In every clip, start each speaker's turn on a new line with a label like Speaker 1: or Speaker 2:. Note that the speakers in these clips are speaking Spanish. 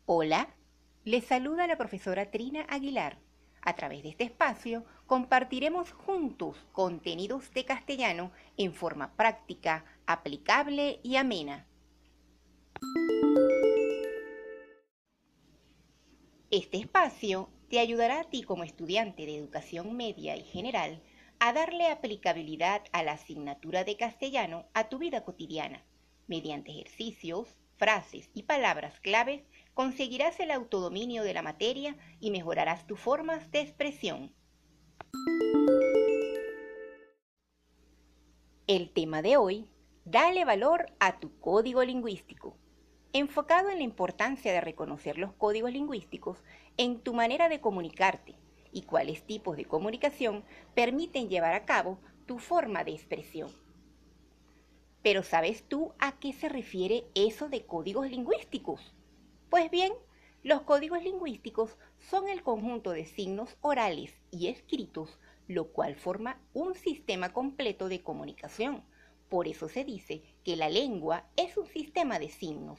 Speaker 1: Hola, les saluda la profesora Trina Aguilar. A través de este espacio compartiremos juntos contenidos de castellano en forma práctica, aplicable y amena. Este espacio te ayudará a ti como estudiante de educación media y general a darle aplicabilidad a la asignatura de castellano a tu vida cotidiana. Mediante ejercicios, frases y palabras claves conseguirás el autodominio de la materia y mejorarás tus formas de expresión. El tema de hoy, dale valor a tu código lingüístico. Enfocado en la importancia de reconocer los códigos lingüísticos en tu manera de comunicarte y cuáles tipos de comunicación permiten llevar a cabo tu forma de expresión. Pero ¿sabes tú a qué se refiere eso de códigos lingüísticos? Pues bien, los códigos lingüísticos son el conjunto de signos orales y escritos, lo cual forma un sistema completo de comunicación. Por eso se dice que la lengua es un sistema de signos.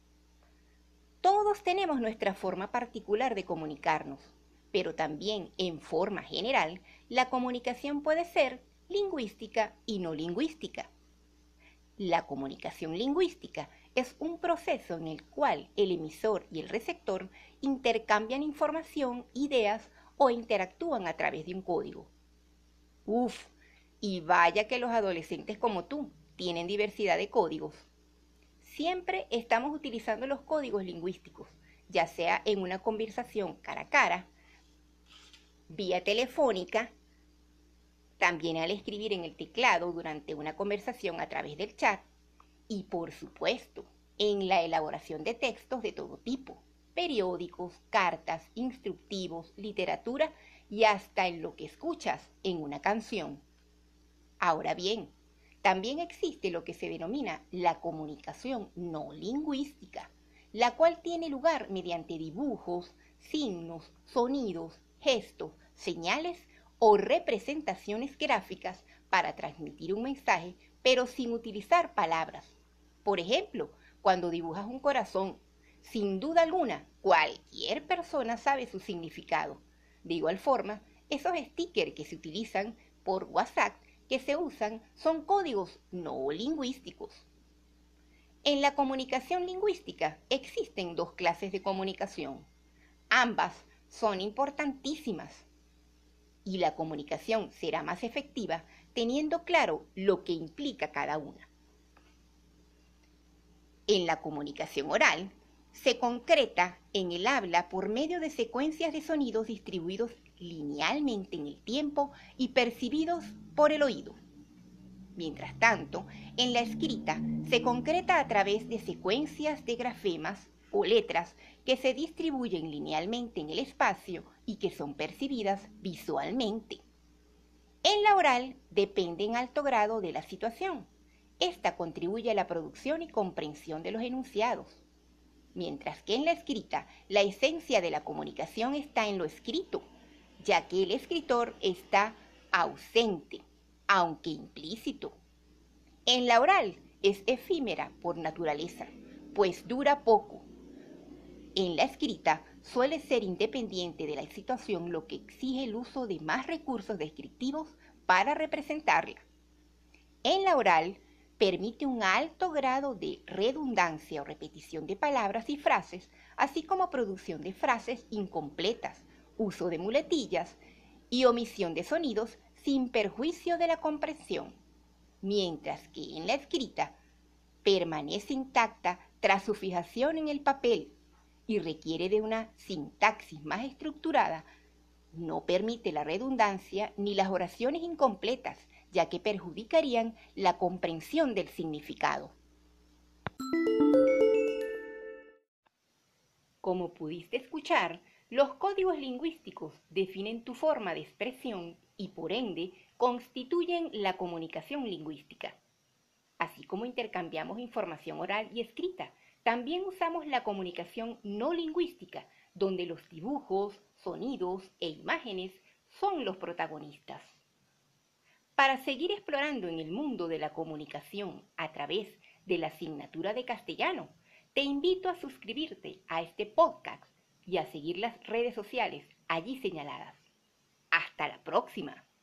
Speaker 1: Todos tenemos nuestra forma particular de comunicarnos, pero también, en forma general, la comunicación puede ser lingüística y no lingüística. La comunicación lingüística es un proceso en el cual el emisor y el receptor intercambian información, ideas o interactúan a través de un código. Uf, y vaya que los adolescentes como tú tienen diversidad de códigos. Siempre estamos utilizando los códigos lingüísticos, ya sea en una conversación cara a cara, vía telefónica, también al escribir en el teclado durante una conversación a través del chat y, por supuesto, en la elaboración de textos de todo tipo, periódicos, cartas, instructivos, literatura y hasta en lo que escuchas en una canción. Ahora bien, también existe lo que se denomina la comunicación no lingüística, la cual tiene lugar mediante dibujos, signos, sonidos, gestos, señales o representaciones gráficas para transmitir un mensaje, pero sin utilizar palabras. Por ejemplo, cuando dibujas un corazón, sin duda alguna, cualquier persona sabe su significado. De igual forma, esos stickers que se utilizan por WhatsApp que se usan son códigos no lingüísticos. En la comunicación lingüística existen dos clases de comunicación. Ambas son importantísimas y la comunicación será más efectiva teniendo claro lo que implica cada una. En la comunicación oral se concreta en el habla por medio de secuencias de sonidos distribuidos linealmente en el tiempo y percibidos por el oído. Mientras tanto, en la escrita se concreta a través de secuencias de grafemas o letras que se distribuyen linealmente en el espacio y que son percibidas visualmente. En la oral depende en alto grado de la situación. Esta contribuye a la producción y comprensión de los enunciados. Mientras que en la escrita, la esencia de la comunicación está en lo escrito, ya que el escritor está ausente, aunque implícito. En la oral es efímera por naturaleza, pues dura poco. En la escrita suele ser independiente de la situación, lo que exige el uso de más recursos descriptivos para representarla. En la oral permite un alto grado de redundancia o repetición de palabras y frases, así como producción de frases incompletas, uso de muletillas y omisión de sonidos sin perjuicio de la comprensión, mientras que en la escrita permanece intacta tras su fijación en el papel y requiere de una sintaxis más estructurada. No permite la redundancia ni las oraciones incompletas, ya que perjudicarían la comprensión del significado. Como pudiste escuchar, los códigos lingüísticos definen tu forma de expresión y por ende constituyen la comunicación lingüística. Así como intercambiamos información oral y escrita, también usamos la comunicación no lingüística, donde los dibujos, sonidos e imágenes son los protagonistas. Para seguir explorando en el mundo de la comunicación a través de la asignatura de castellano, Te invito a suscribirte a este podcast y a seguir las redes sociales allí señaladas. Hasta la próxima.